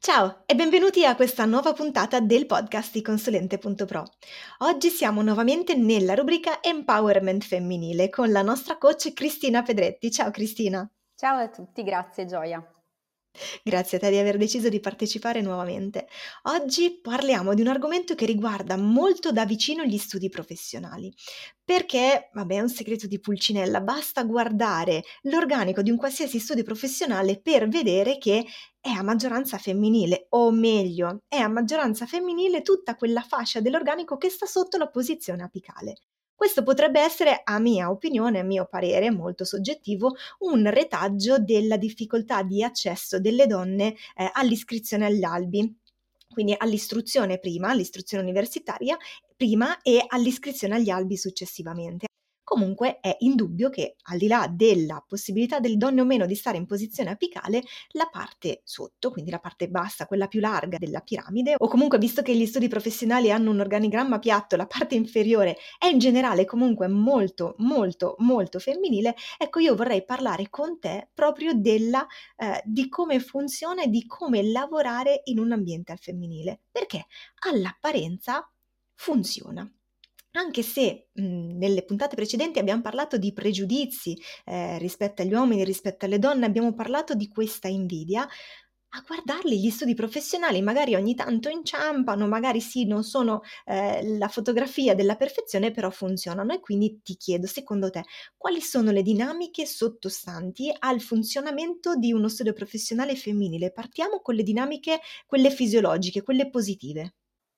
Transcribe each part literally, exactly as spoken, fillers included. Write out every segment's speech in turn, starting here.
Ciao e benvenuti a questa nuova puntata del podcast di Consulente punto pro. Oggi siamo nuovamente nella rubrica Empowerment femminile con la nostra coach Cristina Pedretti. Ciao Cristina. Ciao a tutti, grazie Gioia. Grazie a te di aver deciso di partecipare nuovamente. Oggi parliamo di un argomento che riguarda molto da vicino gli studi professionali, perché, vabbè, è un segreto di Pulcinella, basta guardare l'organico di un qualsiasi studio professionale per vedere che è a maggioranza femminile, o meglio, è a maggioranza femminile tutta quella fascia dell'organico che sta sotto la posizione apicale. Questo potrebbe essere, a mia opinione, a mio parere, molto soggettivo, un retaggio della difficoltà di accesso delle donne eh, all'iscrizione agli albi, quindi all'istruzione prima, all'istruzione universitaria prima e all'iscrizione agli albi successivamente. Comunque è indubbio che, al di là della possibilità delle donne o meno di stare in posizione apicale, la parte sotto, quindi la parte bassa, quella più larga della piramide, o comunque visto che gli studi professionali hanno un organigramma piatto, la parte inferiore è in generale comunque molto, molto, molto femminile. Ecco, io vorrei parlare con te proprio della, eh, di come funziona e di come lavorare in un ambiente al femminile, perché all'apparenza funziona. Anche se mh, nelle puntate precedenti abbiamo parlato di pregiudizi eh, rispetto agli uomini, rispetto alle donne, abbiamo parlato di questa invidia, a guardarli gli studi professionali magari ogni tanto inciampano, magari sì, non sono eh, la fotografia della perfezione, però funzionano. E quindi ti chiedo, secondo te, quali sono le dinamiche sottostanti al funzionamento di uno studio professionale femminile? Partiamo con le dinamiche, quelle fisiologiche, quelle positive.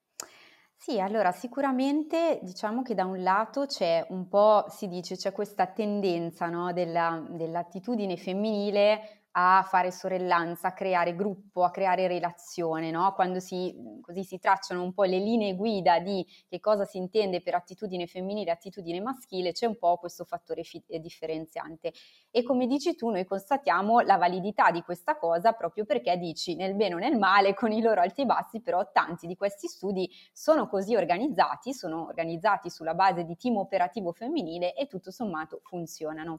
Sì, allora sicuramente diciamo che da un lato c'è un po', si dice, c'è questa tendenza, no, della, dell'attitudine femminile a fare sorellanza, a creare gruppo, a creare relazione, no? Quando si, così si tracciano un po' le linee guida di che cosa si intende per attitudine femminile e attitudine maschile, c'è un po' questo fattore fi- eh, differenziante. E come dici tu, noi constatiamo la validità di questa cosa proprio perché dici nel bene o nel male, con i loro alti e bassi, però tanti di questi studi sono così organizzati, sono organizzati sulla base di team operativo femminile e tutto sommato funzionano.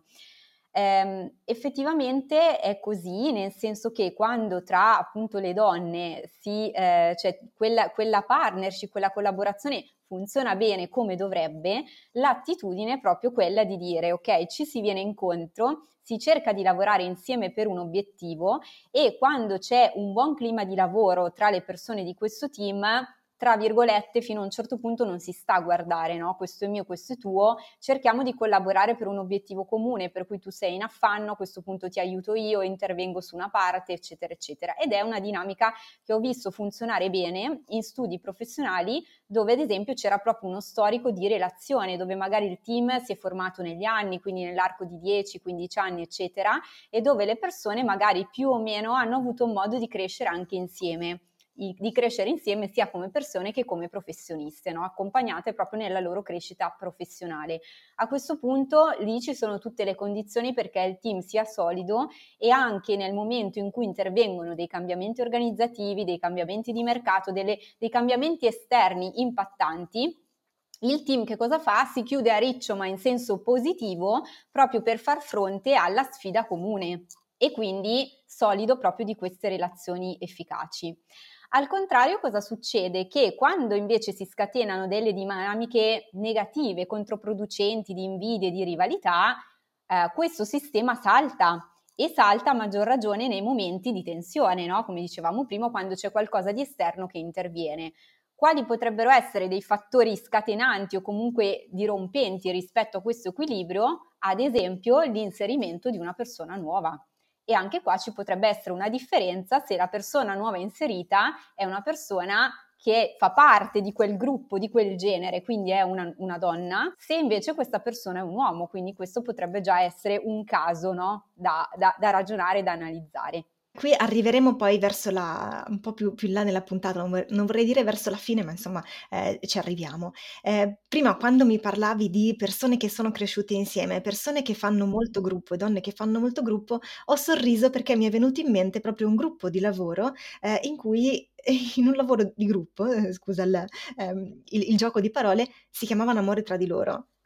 Eh, effettivamente è così, nel senso che quando tra appunto le donne si, eh, cioè quella, quella partnership, quella collaborazione funziona bene come dovrebbe, l'attitudine è proprio quella di dire ok, ci si viene incontro, si cerca di lavorare insieme per un obiettivo e quando c'è un buon clima di lavoro tra le persone di questo team, tra virgolette, fino a un certo punto non si sta a guardare, no? Questo è mio, questo è tuo, cerchiamo di collaborare per un obiettivo comune, per cui tu sei in affanno, a questo punto ti aiuto io, intervengo su una parte, eccetera, eccetera. Ed è una dinamica che ho visto funzionare bene in studi professionali dove ad esempio c'era proprio uno storico di relazione, dove magari il team si è formato negli anni, quindi nell'arco di dieci quindici anni, eccetera, e dove le persone magari più o meno hanno avuto modo di crescere anche insieme di crescere insieme sia come persone che come professioniste, no? Accompagnate proprio nella loro crescita professionale. A questo punto lì ci sono tutte le condizioni perché il team sia solido e anche nel momento in cui intervengono dei cambiamenti organizzativi, dei cambiamenti di mercato, delle, dei cambiamenti esterni impattanti, il team che cosa fa? Si chiude a riccio ma in senso positivo proprio per far fronte alla sfida comune e quindi solido proprio di queste relazioni efficaci. Al contrario, cosa succede? Che quando invece si scatenano delle dinamiche negative, controproducenti, di invidie, di rivalità, eh, questo sistema salta e salta a maggior ragione nei momenti di tensione, no? Come dicevamo prima, quando c'è qualcosa di esterno che interviene. Quali potrebbero essere dei fattori scatenanti o comunque dirompenti rispetto a questo equilibrio? Ad esempio, l'inserimento di una persona nuova. E anche qua ci potrebbe essere una differenza se la persona nuova inserita è una persona che fa parte di quel gruppo, di quel genere, quindi è una, una donna, se invece questa persona è un uomo, quindi questo potrebbe già essere un caso, no? da, da, da ragionare, da analizzare. Qui arriveremo poi verso la un po' più più in là nella puntata, non vor non vorrei dire verso la fine, ma insomma, ehm, ci arriviamo. Ehm, prima quando mi parlavi di persone che sono cresciute insieme, persone che fanno molto gruppo e donne che fanno molto gruppo, ho sorriso perché mi è venuto in mente proprio un gruppo di lavoro, ehm, in cui in un lavoro di gruppo, ehm, scusa il ehm, il il gioco di parole, si chiamavano Amore tra di loro.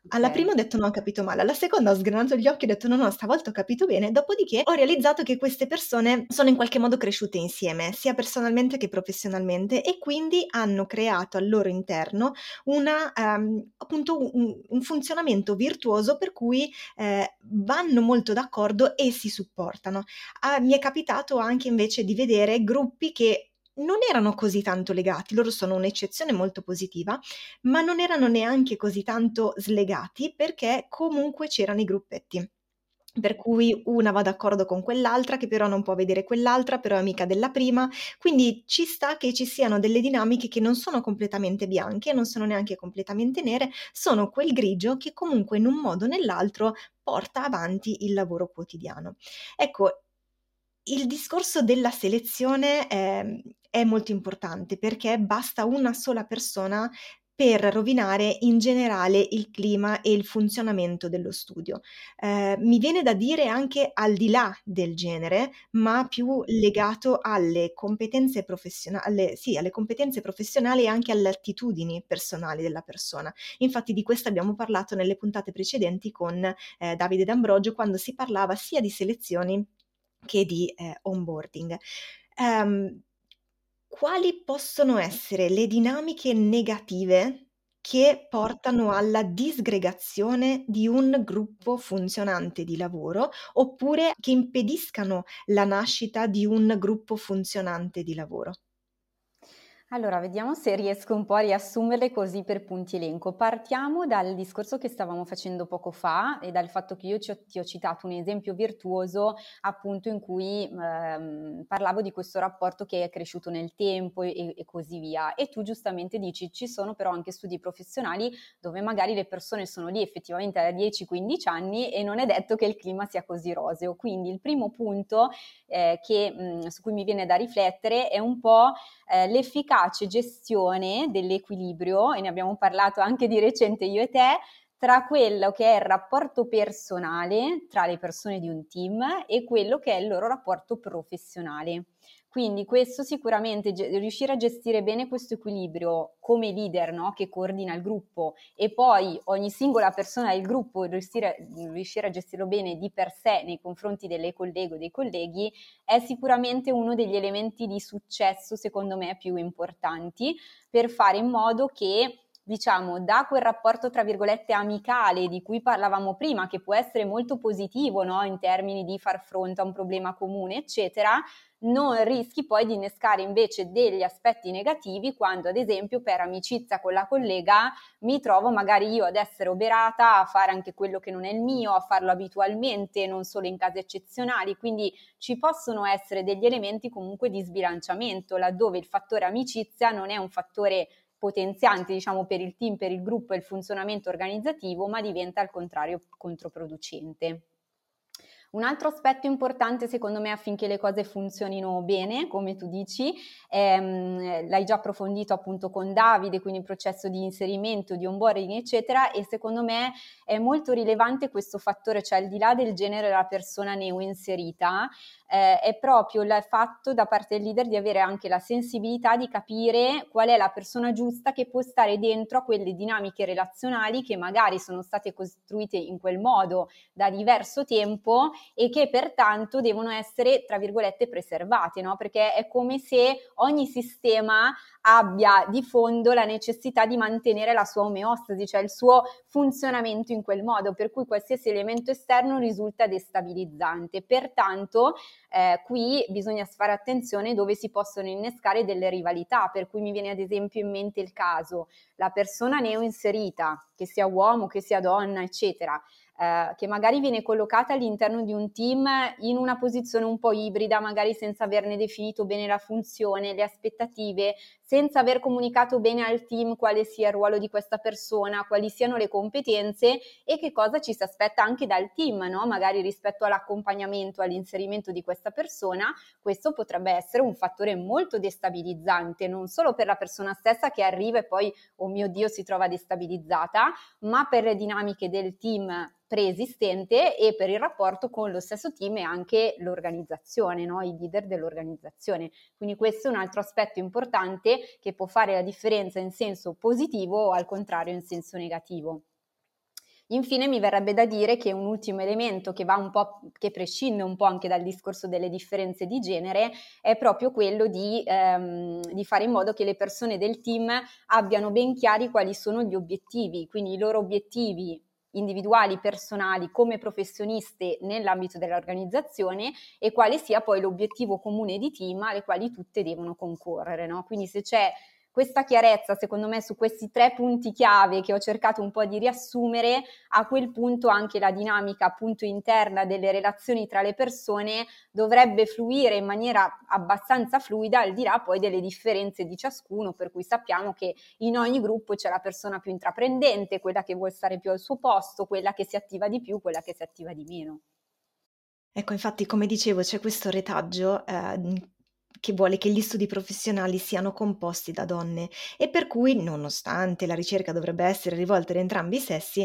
Alla prima ho Okay. detto: "No, ho capito male." Alla seconda ho sgranato gli occhi e ho detto: "No, no, stavolta ho capito bene." Dopodiché ho realizzato che queste persone sono in qualche modo cresciute insieme, sia personalmente che professionalmente, e quindi hanno creato al loro interno una ehm, appunto u un un funzionamento virtuoso per cui, ehm, vanno molto d'accordo e si supportano. A mi è capitato anche invece di vedere gruppi che non erano così tanto legati, loro sono un'eccezione molto positiva, ma non erano neanche così tanto slegati perché comunque c'erano i gruppetti. Per cui una va d'accordo con quell'altra, che però non può vedere quell'altra, però è amica della prima. Quindi ci sta che ci siano delle dinamiche che non sono completamente bianche, non sono neanche completamente nere, sono quel grigio che comunque in un modo o nell'altro porta avanti il lavoro quotidiano. Ecco, il discorso della selezione, ehm, è molto importante perché basta una sola persona per rovinare in generale il clima e il funzionamento dello studio. Ehm, mi viene da dire anche al di là del genere, ma più legato alle competenze professiona alle sì, alle competenze professionali e anche alle attitudini personali della persona. Infatti di questo abbiamo parlato nelle puntate precedenti con, ehm, Davide D'Ambrogio, quando si parlava sia di selezioni che di, ehm, onboarding. Ehm, quali possono essere le dinamiche negative che portano alla disgregazione di un gruppo funzionante di lavoro, oppure che impediscano la nascita di un gruppo funzionante di lavoro? Allora, vediamo se riesco un po' a riassumerle così per punti elenco. Partiamo dal discorso che stavamo facendo poco fa e dal fatto che io ci ho- ti ho citato un esempio virtuoso appunto in cui ehm, parlavo di questo rapporto che è cresciuto nel tempo e, e così via. E tu giustamente dici ci sono però anche studi professionali dove magari le persone sono lì effettivamente da dieci quindici anni e non è detto che il clima sia così roseo. Quindi il primo punto eh, che, mh, su cui mi viene da riflettere è un po' eh, l'efficace gestione dell'equilibrio, e ne abbiamo parlato anche di recente io e te, tra quello che è il rapporto personale tra le persone di un team e quello che è il loro rapporto professionale. Quindi questo sicuramente, ge- riuscire a gestire bene questo equilibrio come leader, no? Che coordina il gruppo, e poi ogni singola persona del gruppo riuscire, riuscire a gestirlo bene di per sé nei confronti delle colleghe o dei colleghi, è sicuramente uno degli elementi di successo, secondo me, più importanti per fare in modo che, diciamo, da quel rapporto tra virgolette amicale di cui parlavamo prima, che può essere molto positivo, no? In termini di far fronte a un problema comune, eccetera, non rischi poi di innescare invece degli aspetti negativi quando, ad esempio, per amicizia con la collega mi trovo magari io ad essere oberata, a fare anche quello che non è il mio, a farlo abitualmente, non solo in casi eccezionali. Quindi ci possono essere degli elementi comunque di sbilanciamento, laddove il fattore amicizia non è un fattore potenziante, diciamo, per il team, per il gruppo e il funzionamento organizzativo, ma diventa al contrario controproducente. Un altro aspetto importante secondo me affinché le cose funzionino bene, come tu dici, ehm, l'hai già approfondito appunto con Davide, quindi il processo di inserimento, di onboarding eccetera, e secondo me è molto rilevante questo fattore, cioè al di là del genere della persona neo inserita, eh, è proprio il fatto da parte del leader di avere anche la sensibilità di capire qual è la persona giusta che può stare dentro a quelle dinamiche relazionali che magari sono state costruite in quel modo da diverso tempo e che pertanto devono essere, tra virgolette, preservate, no? Perché è come se ogni sistema abbia di fondo la necessità di mantenere la sua omeostasi, cioè il suo funzionamento in quel modo, per cui qualsiasi elemento esterno risulta destabilizzante. Pertanto eh, qui bisogna fare attenzione dove si possono innescare delle rivalità, per cui mi viene ad esempio in mente il caso, la persona neo inserita, che sia uomo, che sia donna, eccetera, eh, che magari viene collocata all'interno di un team in una posizione un po' ibrida, magari senza averne definito bene la funzione, le aspettative, senza aver comunicato bene al team quale sia il ruolo di questa persona, quali siano le competenze e che cosa ci si aspetta anche dal team, no? Magari rispetto all'accompagnamento, all'inserimento di questa persona, questo potrebbe essere un fattore molto destabilizzante, non solo per la persona stessa che arriva e poi, oh mio Dio, si trova destabilizzata, ma per le dinamiche del team preesistente e per il rapporto con lo stesso team e anche l'organizzazione, no? I leader dell'organizzazione. Quindi questo è un altro aspetto importante che può fare la differenza in senso positivo o al contrario in senso negativo. Infine mi verrebbe da dire che un ultimo elemento che va un po', che prescinde un po' anche dal discorso delle differenze di genere, è proprio quello di, ehm, di fare in modo che le persone del team abbiano ben chiari quali sono gli obiettivi, quindi i loro obiettivi individuali, personali, come professioniste nell'ambito dell'organizzazione, e quale sia poi l'obiettivo comune di team alle quali tutte devono concorrere, no? Quindi se c'è questa chiarezza, secondo me, su questi tre punti chiave che ho cercato un po' di riassumere, a quel punto anche la dinamica appunto interna delle relazioni tra le persone dovrebbe fluire in maniera abbastanza fluida, al di là poi delle differenze di ciascuno, per cui sappiamo che in ogni gruppo c'è la persona più intraprendente, quella che vuole stare più al suo posto, quella che si attiva di più, quella che si attiva di meno. Ecco, infatti, come dicevo, c'è questo retaggio, ehm, che vuole che gli studi professionali siano composti da donne e per cui, nonostante la ricerca dovrebbe essere rivolta ad entrambi i sessi,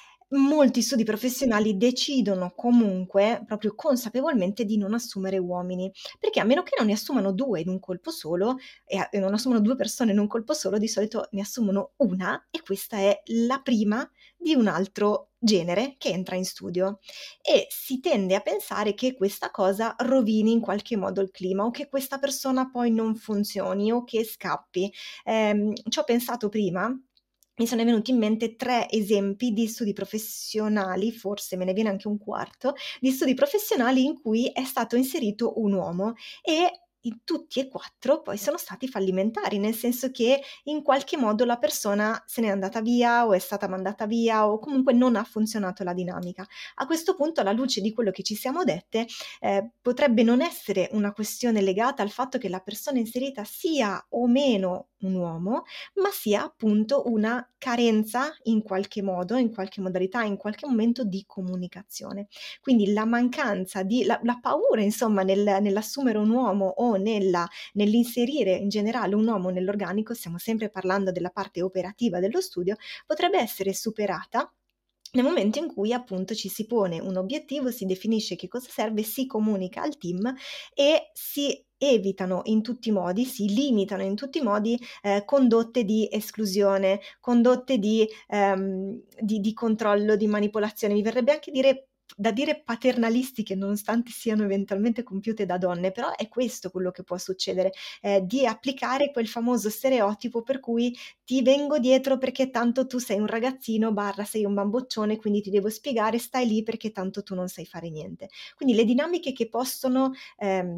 molti studi professionali decidono comunque, proprio consapevolmente, di non assumere uomini, perché a meno che non ne assumano due in un colpo solo e a e non assumono due persone in un colpo solo, di solito ne assumono una e questa è la prima di un altro genere che entra in studio. E si tende a pensare che questa cosa rovini in qualche modo il clima o che questa persona poi non funzioni o che scappi. Ehm, ci ho pensato prima, mi sono venuti in mente tre esempi di studi professionali, forse me ne viene anche un quarto, di studi professionali in cui è stato inserito un uomo e in tutti e quattro poi sono stati fallimentari, nel senso che in qualche modo la persona se n'è andata via o è stata mandata via o comunque non ha funzionato la dinamica. A questo punto, alla luce di quello che ci siamo dette, eh, potrebbe non essere una questione legata al fatto che la persona inserita sia o meno un uomo, ma sia appunto una carenza in qualche modo, in qualche modalità, in qualche momento di comunicazione. Quindi la mancanza di la, la paura, insomma, nel, nell'assumere un uomo o nella, nell'inserire in generale un uomo nell'organico, stiamo sempre parlando della parte operativa dello studio, potrebbe essere superata nel momento in cui appunto ci si pone un obiettivo, si definisce che cosa serve, si comunica al team e si evitano in tutti i modi, si limitano in tutti i modi eh, condotte di esclusione, condotte di, ehm, di, di controllo, di manipolazione. Mi verrebbe anche dire, da dire paternalistiche, nonostante siano eventualmente compiute da donne, però è questo quello che può succedere, eh, di applicare quel famoso stereotipo per cui ti vengo dietro perché tanto tu sei un ragazzino barra sei un bamboccione, quindi ti devo spiegare, stai lì perché tanto tu non sai fare niente. Quindi le dinamiche che possono ehm,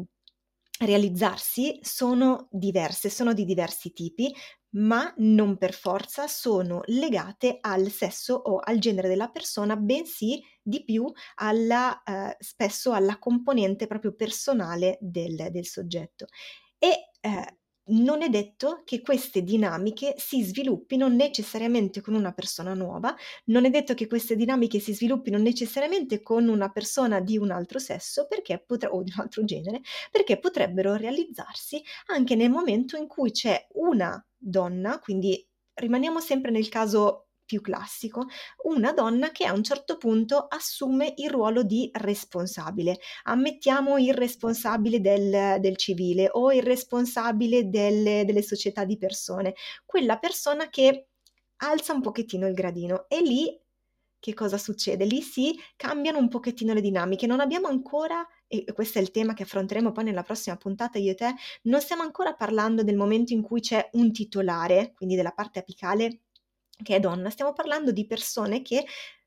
realizzarsi sono diverse, sono di diversi tipi, ma non per forza sono legate al sesso o al genere della persona, bensì di più alla, eh, spesso alla componente proprio personale del, del soggetto. E eh, non è detto che queste dinamiche si sviluppino necessariamente con una persona nuova, non è detto che queste dinamiche si sviluppino necessariamente con una persona di un altro sesso perché potre- o di un altro genere, perché potrebbero realizzarsi anche nel momento in cui c'è una donna, quindi rimaniamo sempre nel caso più classico, una donna che a un certo punto assume il ruolo di responsabile. Ammettiamo il responsabile del, del civile o il responsabile delle, delle società di persone, quella persona che alza un pochettino il gradino e lì che cosa succede? Lì si cambiano un pochettino le dinamiche. Non abbiamo ancora, e questo è il tema che affronteremo poi nella prossima puntata io e te, non stiamo ancora parlando del momento in cui c'è un titolare, quindi della parte apicale che è donna, stiamo parlando di persone che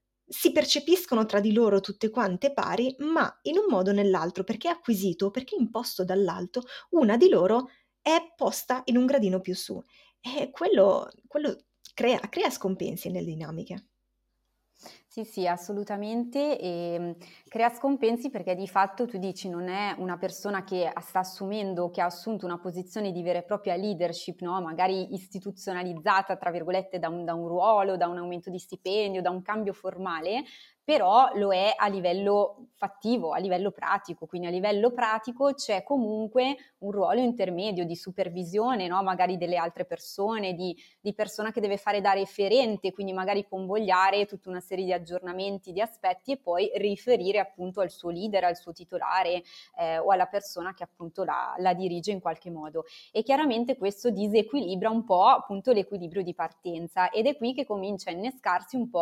si percepiscono tra di loro tutte quante pari, ma in un modo o nell'altro, perché è acquisito, perché è imposto dall'alto, una di loro è posta in un gradino più su. E quello, quello crea, crea scompensi nelle dinamiche. Sì, sì, assolutamente, ehm, crea scompensi perché di fatto tu dici non è una persona che a sta assumendo, che ha assunto una posizione di vera e propria leadership, no? Magari istituzionalizzata, tra virgolette, da un, da un ruolo, da un aumento di stipendio, da un cambio formale, però lo è a livello fattivo, a livello pratico, quindi a livello pratico c'è comunque un ruolo intermedio di supervisione, no? Magari delle altre persone, di di persona che deve fare da referente, quindi magari convogliare tutta una serie di aggiornamenti, di aspetti e poi riferire appunto al suo leader, al suo titolare eh, o alla persona che appunto la, la dirige in qualche modo. E chiaramente questo disequilibra un po' appunto l'equilibrio di partenza ed è qui che comincia a innescarsi un po'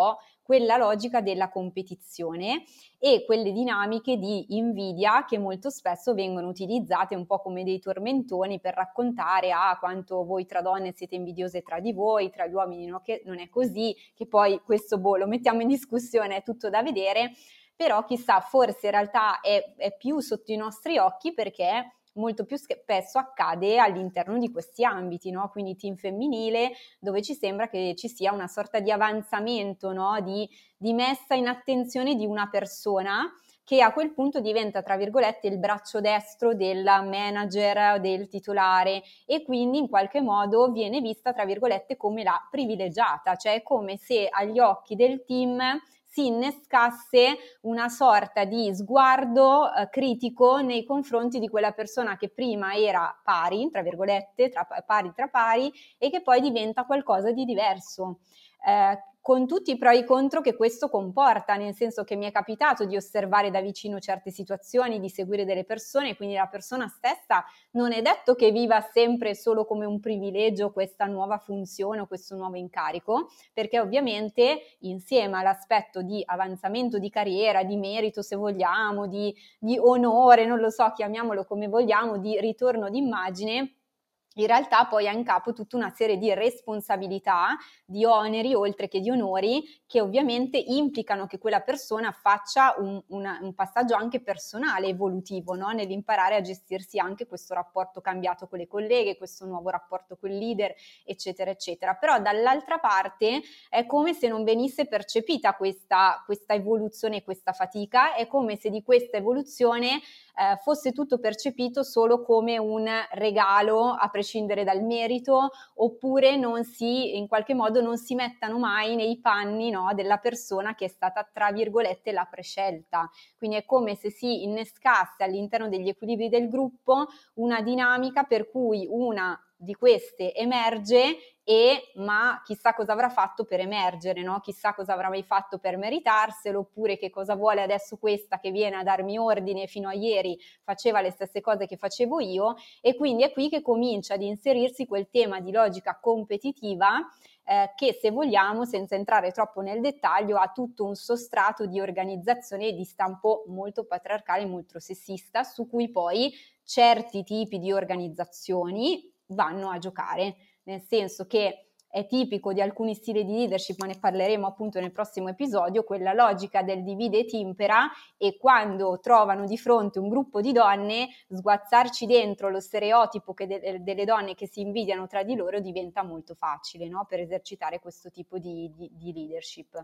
quella logica della competizione e quelle dinamiche di invidia che molto spesso vengono utilizzate un po' come dei tormentoni per raccontare ah, quanto voi tra donne siete invidiose tra di voi, tra gli uomini no, che non è così, che poi questo boh, lo mettiamo in discussione, è tutto da vedere, però chissà, forse in realtà è, è più sotto i nostri occhi perché molto più spesso accade all'interno di questi ambiti, no? Quindi team femminile, dove ci sembra che ci sia una sorta di avanzamento, no? Di, di messa in attenzione di una persona che a quel punto diventa, tra virgolette, il braccio destro del manager, del titolare e quindi in qualche modo viene vista, tra virgolette, come la privilegiata, cioè è come se agli occhi del team si innescasse una sorta di sguardo eh, critico nei confronti di quella persona che prima era pari, tra virgolette, tra, pari tra pari, e che poi diventa qualcosa di diverso. Eh, con tutti i pro e i contro che questo comporta, nel senso che mi è capitato di osservare da vicino certe situazioni, di seguire delle persone, quindi la persona stessa non è detto che viva sempre solo come un privilegio questa nuova funzione o questo nuovo incarico, perché ovviamente insieme all'aspetto di avanzamento di carriera, di merito se vogliamo, di, di onore, non lo so, chiamiamolo come vogliamo, di ritorno d'immagine, in realtà poi ha in capo tutta una serie di responsabilità, di oneri oltre che di onori, che ovviamente implicano che quella persona faccia un, una, un passaggio anche personale, evolutivo, no? Nell'imparare a gestirsi anche questo rapporto cambiato con le colleghe, questo nuovo rapporto con il leader, eccetera, eccetera. Però dall'altra parte è come se non venisse percepita questa, questa evoluzione, questa fatica, è come se di questa evoluzione eh, fosse tutto percepito solo come un regalo a prescindere dal merito, oppure non si, in qualche modo non si mettano mai nei panni, no, della persona che è stata, tra virgolette, la prescelta. Quindi è come se si innescasse all'interno degli equilibri del gruppo una dinamica per cui una di queste emerge e ma chissà cosa avrà fatto per emergere, no? Chissà cosa avrà mai fatto per meritarselo, oppure che cosa vuole adesso questa che viene a darmi ordine, fino a ieri faceva le stesse cose che facevo io, e quindi è qui che comincia ad inserirsi quel tema di logica competitiva eh, che, se vogliamo, senza entrare troppo nel dettaglio, ha tutto un sostrato di organizzazione di stampo molto patriarcale, molto sessista, su cui poi certi tipi di organizzazioni vanno a giocare, nel senso che è tipico di alcuni stili di leadership, ma ne parleremo appunto nel prossimo episodio, quella logica del divide et impera, e quando trovano di fronte un gruppo di donne, sguazzarci dentro lo stereotipo che de- delle donne che si invidiano tra di loro diventa molto facile, no? Per esercitare questo tipo di, di, di leadership.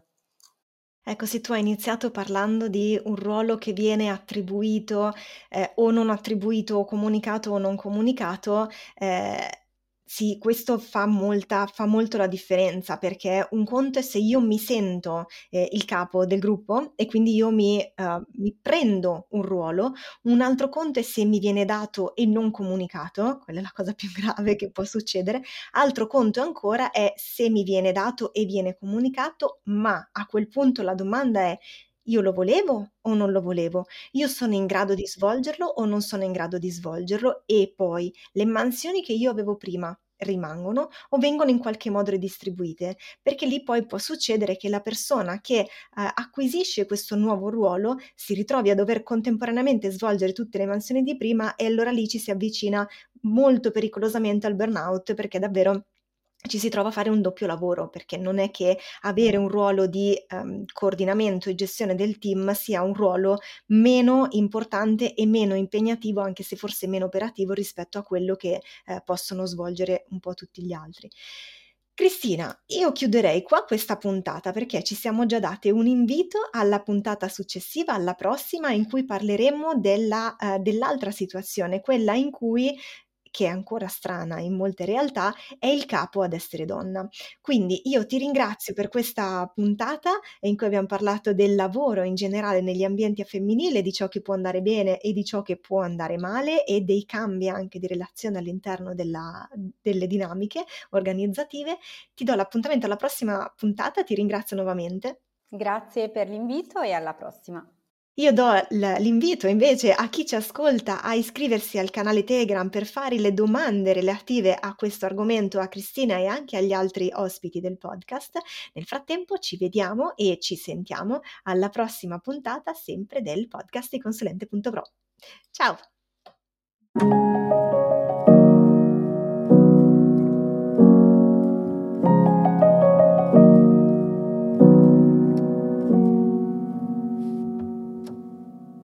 Ecco, sì, tu hai iniziato parlando di un ruolo che viene attribuito, ehm, o non attribuito, o comunicato o non comunicato, ehm, sì, questo fa molta fa molto la differenza, perché un conto è se io mi sento, ehm, il capo del gruppo e quindi io mi uhm, mi prendo un ruolo, un altro conto è se mi viene dato e non comunicato, quella è la cosa più grave che può succedere. Altro conto ancora è se mi viene dato e viene comunicato, ma a quel punto la domanda è: io lo volevo o non lo volevo? Io sono in grado di svolgerlo o non sono in grado di svolgerlo? E poi le mansioni che io avevo prima rimangono o vengono in qualche modo ridistribuite? Perché lì poi può succedere che la persona che eh, acquisisce questo nuovo ruolo si ritrovi a dover contemporaneamente svolgere tutte le mansioni di prima, e allora lì ci si avvicina molto pericolosamente al burnout, perché davvero ci si trova a fare un doppio lavoro, perché non è che avere un ruolo di ehm, coordinamento e gestione del team sia un ruolo meno importante e meno impegnativo, anche se forse meno operativo rispetto a quello che eh, possono svolgere un po' tutti gli altri. Cristina, io chiuderei qua questa puntata, perché ci siamo già date un invito alla puntata successiva, alla prossima, in cui parleremo della, eh, dell'altra situazione, quella in cui, che è ancora strana in molte realtà, è il capo ad essere donna. Quindi io ti ringrazio per questa puntata in cui abbiamo parlato del lavoro in generale negli ambienti a femminile, di ciò che può andare bene e di ciò che può andare male, e dei cambi anche di relazione all'interno della- delle dinamiche organizzative. Ti do l'appuntamento alla prossima puntata, ti ringrazio nuovamente. Grazie per l'invito e alla prossima. Io do l l'invito invece a chi ci ascolta a iscriversi al canale Telegram per fare le domande relative a questo argomento a Cristina e anche agli altri ospiti del podcast. Nel frattempo ci vediamo e ci sentiamo alla prossima puntata sempre del podcast di consulente punto pro. Ciao.